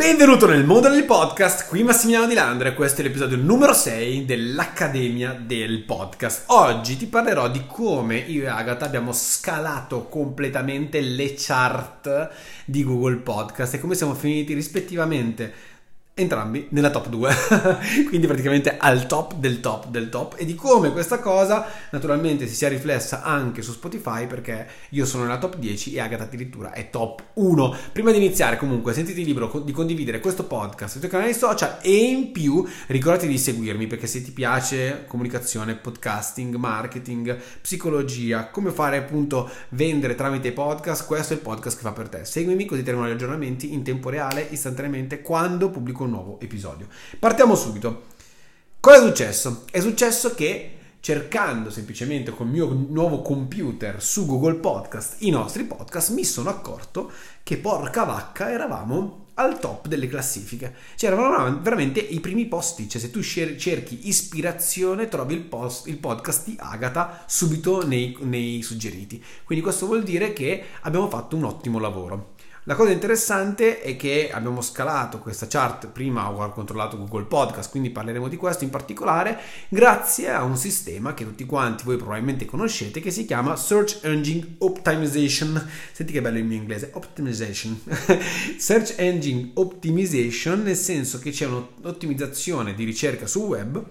Benvenuto nel mondo del podcast, qui Massimiliano Di Landre, questo è l'episodio numero 6 dell'Accademia del Podcast. Oggi ti parlerò di come io e Agata abbiamo scalato completamente le chart di Google Podcast e come siamo finiti rispettivamente entrambi nella top 2, quindi praticamente al top del top del top, e di come questa cosa naturalmente si sia riflessa anche su Spotify, perché io sono nella top 10 e Agata addirittura è top 1. Prima di iniziare, comunque, sentiti libero di condividere questo podcast sui tuoi canali social e in più ricordati di seguirmi, perché se ti piace comunicazione, podcasting, marketing, psicologia, come fare appunto vendere tramite podcast, questo è il podcast che fa per te. Seguimi così ti arrivano gli aggiornamenti in tempo reale, istantaneamente, quando pubblico un nuovo episodio. Partiamo subito. Cosa è successo? È successo che, cercando semplicemente col mio nuovo computer su Google Podcast i nostri podcast, mi sono accorto che porca vacca eravamo al top delle classifiche. Cioè eravamo veramente i primi posti. Cioè se tu cerchi ispirazione trovi il podcast di Agata subito nei suggeriti. Quindi questo vuol dire che abbiamo fatto un ottimo lavoro. La cosa interessante è che abbiamo scalato questa chart, prima ho controllato Google Podcast, quindi parleremo di questo in particolare, grazie a un sistema che tutti quanti voi probabilmente conoscete, che si chiama Search Engine Optimization. Senti che bello il mio inglese, Optimization. Search Engine Optimization, nel senso che c'è un'ottimizzazione di ricerca sul web,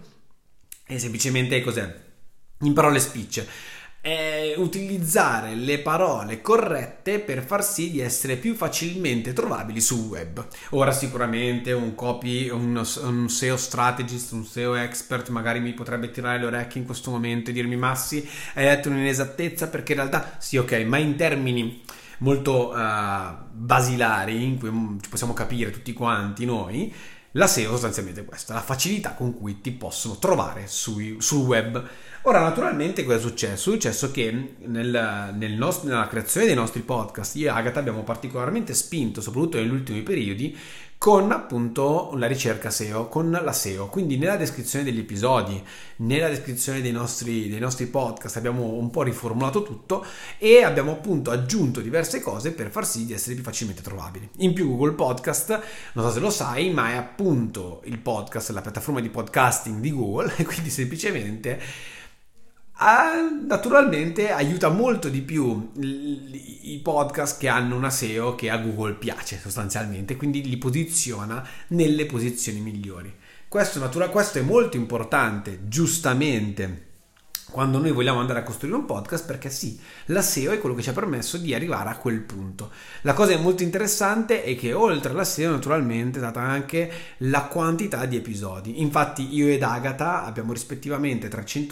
e semplicemente cos'è? In parole spicce. È utilizzare le parole corrette per far sì di essere più facilmente trovabili sul web. Ora sicuramente un SEO strategist, un SEO expert magari mi potrebbe tirare le orecchie in questo momento e dirmi: Massi, hai detto un'inesattezza, perché in realtà sì, ok, ma in termini molto basilari in cui ci possiamo capire tutti quanti noi, la SEO sostanzialmente è questa, la facilità con cui ti possono trovare sul web. Ora, naturalmente, cosa è successo? È successo che nella creazione dei nostri podcast io e Agata abbiamo particolarmente spinto, soprattutto negli ultimi periodi, con appunto la ricerca SEO, con la SEO. Quindi nella descrizione degli episodi, nella descrizione dei nostri podcast abbiamo un po' riformulato tutto e abbiamo appunto aggiunto diverse cose per far sì di essere più facilmente trovabili. In più Google Podcast, non so se lo sai, ma è appunto il podcast, la piattaforma di podcasting di Google, e quindi semplicemente naturalmente aiuta molto di più i podcast che hanno una SEO che a Google piace sostanzialmente, quindi li posiziona nelle posizioni migliori. Questo è molto importante, giustamente, quando noi vogliamo andare a costruire un podcast, perché sì, la SEO è quello che ci ha permesso di arrivare a quel punto. La cosa molto interessante è che oltre alla SEO naturalmente è stata anche la quantità di episodi. Infatti io ed Agata abbiamo rispettivamente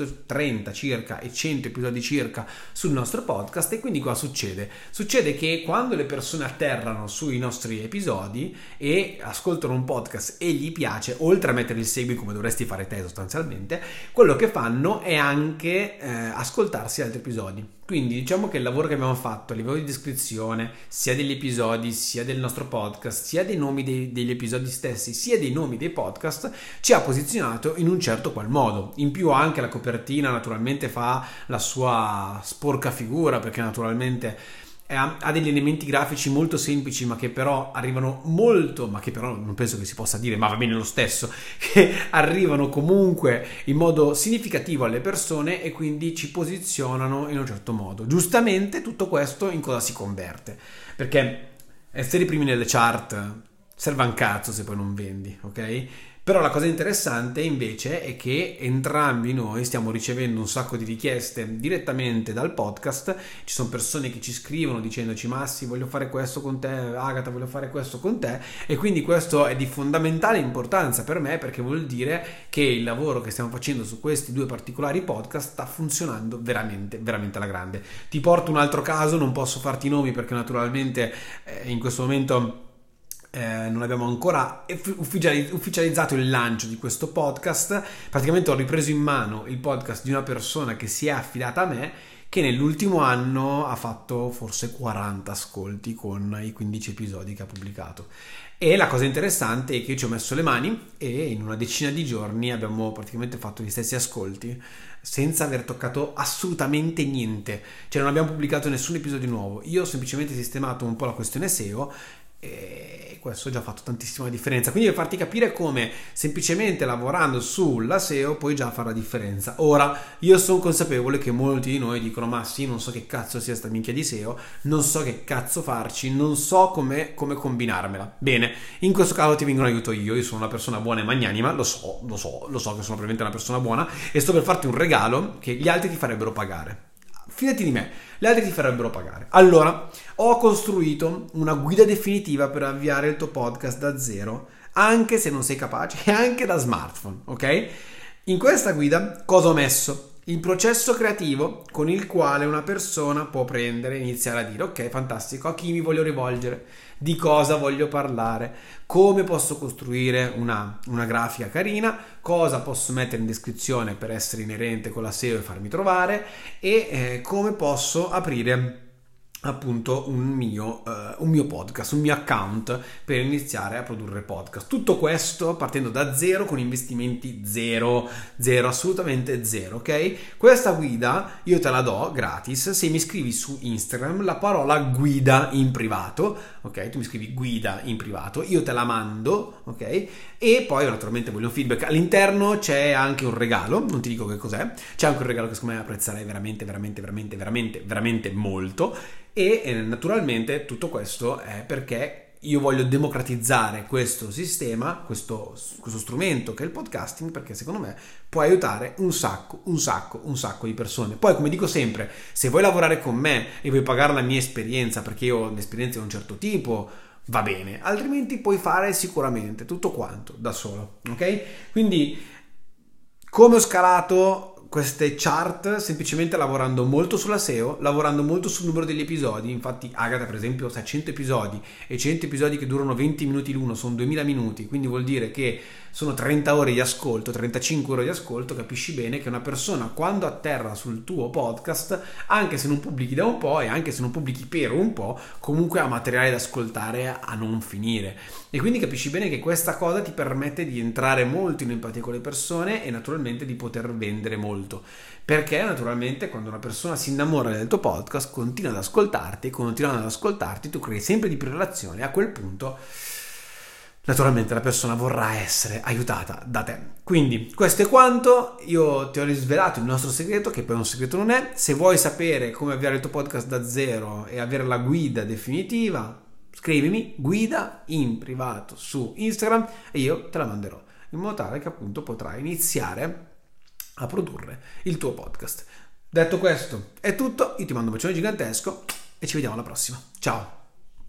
330 circa e 100 episodi circa sul nostro podcast, e quindi cosa succede? Succede che quando le persone atterrano sui nostri episodi e ascoltano un podcast e gli piace, oltre a mettere il segui come dovresti fare te sostanzialmente, quello che fanno è anche ascoltarsi altri episodi. Quindi diciamo che il lavoro che abbiamo fatto a livello di descrizione sia degli episodi, sia del nostro podcast, sia dei nomi degli episodi stessi, sia dei nomi dei podcast, ci ha posizionato in un certo qual modo. In più anche la copertina naturalmente fa la sua sporca figura, perché naturalmente ha degli elementi grafici molto semplici, ma che però arrivano molto, ma che però non penso che si possa dire, ma va bene lo stesso, che arrivano comunque in modo significativo alle persone e quindi ci posizionano in un certo modo. Giustamente tutto questo in cosa si converte? Perché essere i primi nelle chart serve un cazzo se poi non vendi, ok? Però la cosa interessante invece è che entrambi noi stiamo ricevendo un sacco di richieste direttamente dal podcast. Ci sono persone che ci scrivono dicendoci: Massi, voglio fare questo con te, Agata, voglio fare questo con te, e quindi questo è di fondamentale importanza per me, perché vuol dire che il lavoro che stiamo facendo su questi due particolari podcast sta funzionando veramente, veramente alla grande. Ti porto un altro caso, non posso farti i nomi perché naturalmente in questo momento non abbiamo ancora ufficializzato il lancio di questo podcast. Praticamente ho ripreso in mano il podcast di una persona che si è affidata a me, che nell'ultimo anno ha fatto forse 40 ascolti con i 15 episodi che ha pubblicato. E la cosa interessante è che io ci ho messo le mani e in una decina di giorni abbiamo praticamente fatto gli stessi ascolti senza aver toccato assolutamente niente, cioè non abbiamo pubblicato nessun episodio nuovo. Io ho semplicemente sistemato un po' la questione SEO e questo ha già fatto tantissima differenza. Quindi per farti capire come semplicemente lavorando sulla SEO puoi già fare la differenza. Ora, io sono consapevole che molti di noi dicono ma sì, non so che cazzo sia sta minchia di SEO, non so che cazzo farci, non so come combinarmela. Bene, in questo caso ti vengo in aiuto io sono una persona buona e magnanima, lo so che sono probabilmente una persona buona e sto per farti un regalo che gli altri ti farebbero pagare. Fidati di me, gli altri ti farebbero pagare. Allora, ho costruito una guida definitiva per avviare il tuo podcast da zero, anche se non sei capace, e anche da smartphone, ok? In questa guida cosa ho messo? Il processo creativo con il quale una persona può prendere e iniziare a dire ok, fantastico, a chi mi voglio rivolgere, di cosa voglio parlare, come posso costruire una grafica carina, cosa posso mettere in descrizione per essere inerente con la SEO e farmi trovare e come posso aprire appunto un mio podcast, un mio account per iniziare a produrre podcast. Tutto questo partendo da zero con investimenti zero, assolutamente zero, ok? Questa guida io te la do gratis se mi scrivi su Instagram la parola guida in privato, ok? Tu mi scrivi guida in privato, io te la mando, ok? E poi naturalmente voglio un feedback. All'interno c'è anche un regalo, non ti dico che cos'è, c'è anche un regalo che secondo me apprezzerai veramente molto. E naturalmente tutto questo è perché io voglio democratizzare questo sistema, questo strumento che è il podcasting, perché secondo me può aiutare un sacco di persone. Poi, come dico sempre, se vuoi lavorare con me e vuoi pagare la mia esperienza, perché io ho un'esperienza di un certo tipo, va bene, altrimenti puoi fare sicuramente tutto quanto da solo, ok? Quindi, come ho scalato queste chart semplicemente lavorando molto sulla SEO, lavorando molto sul numero degli episodi. Infatti Agatha per esempio ha 100 episodi e 100 episodi che durano 20 minuti l'uno sono 2000 minuti, quindi vuol dire che sono 30 ore di ascolto, 35 ore di ascolto. Capisci bene che una persona quando atterra sul tuo podcast, anche se non pubblichi da un po' e anche se non pubblichi per un po', comunque ha materiale da ascoltare a non finire. E quindi capisci bene che questa cosa ti permette di entrare molto in empatia con le persone e naturalmente di poter vendere molto, perché naturalmente quando una persona si innamora del tuo podcast continua ad ascoltarti e continuando ad ascoltarti tu crei sempre di più relazioni. A quel punto naturalmente la persona vorrà essere aiutata da te. Quindi questo è quanto. Io ti ho risvelato il nostro segreto, che poi un segreto non è. Se vuoi sapere come avviare il tuo podcast da zero e avere la guida definitiva, scrivimi guida in privato su Instagram e io te la manderò, in modo tale che appunto potrai iniziare a produrre il tuo podcast. Detto questo è tutto, io ti mando un bacione gigantesco e ci vediamo alla prossima. Ciao!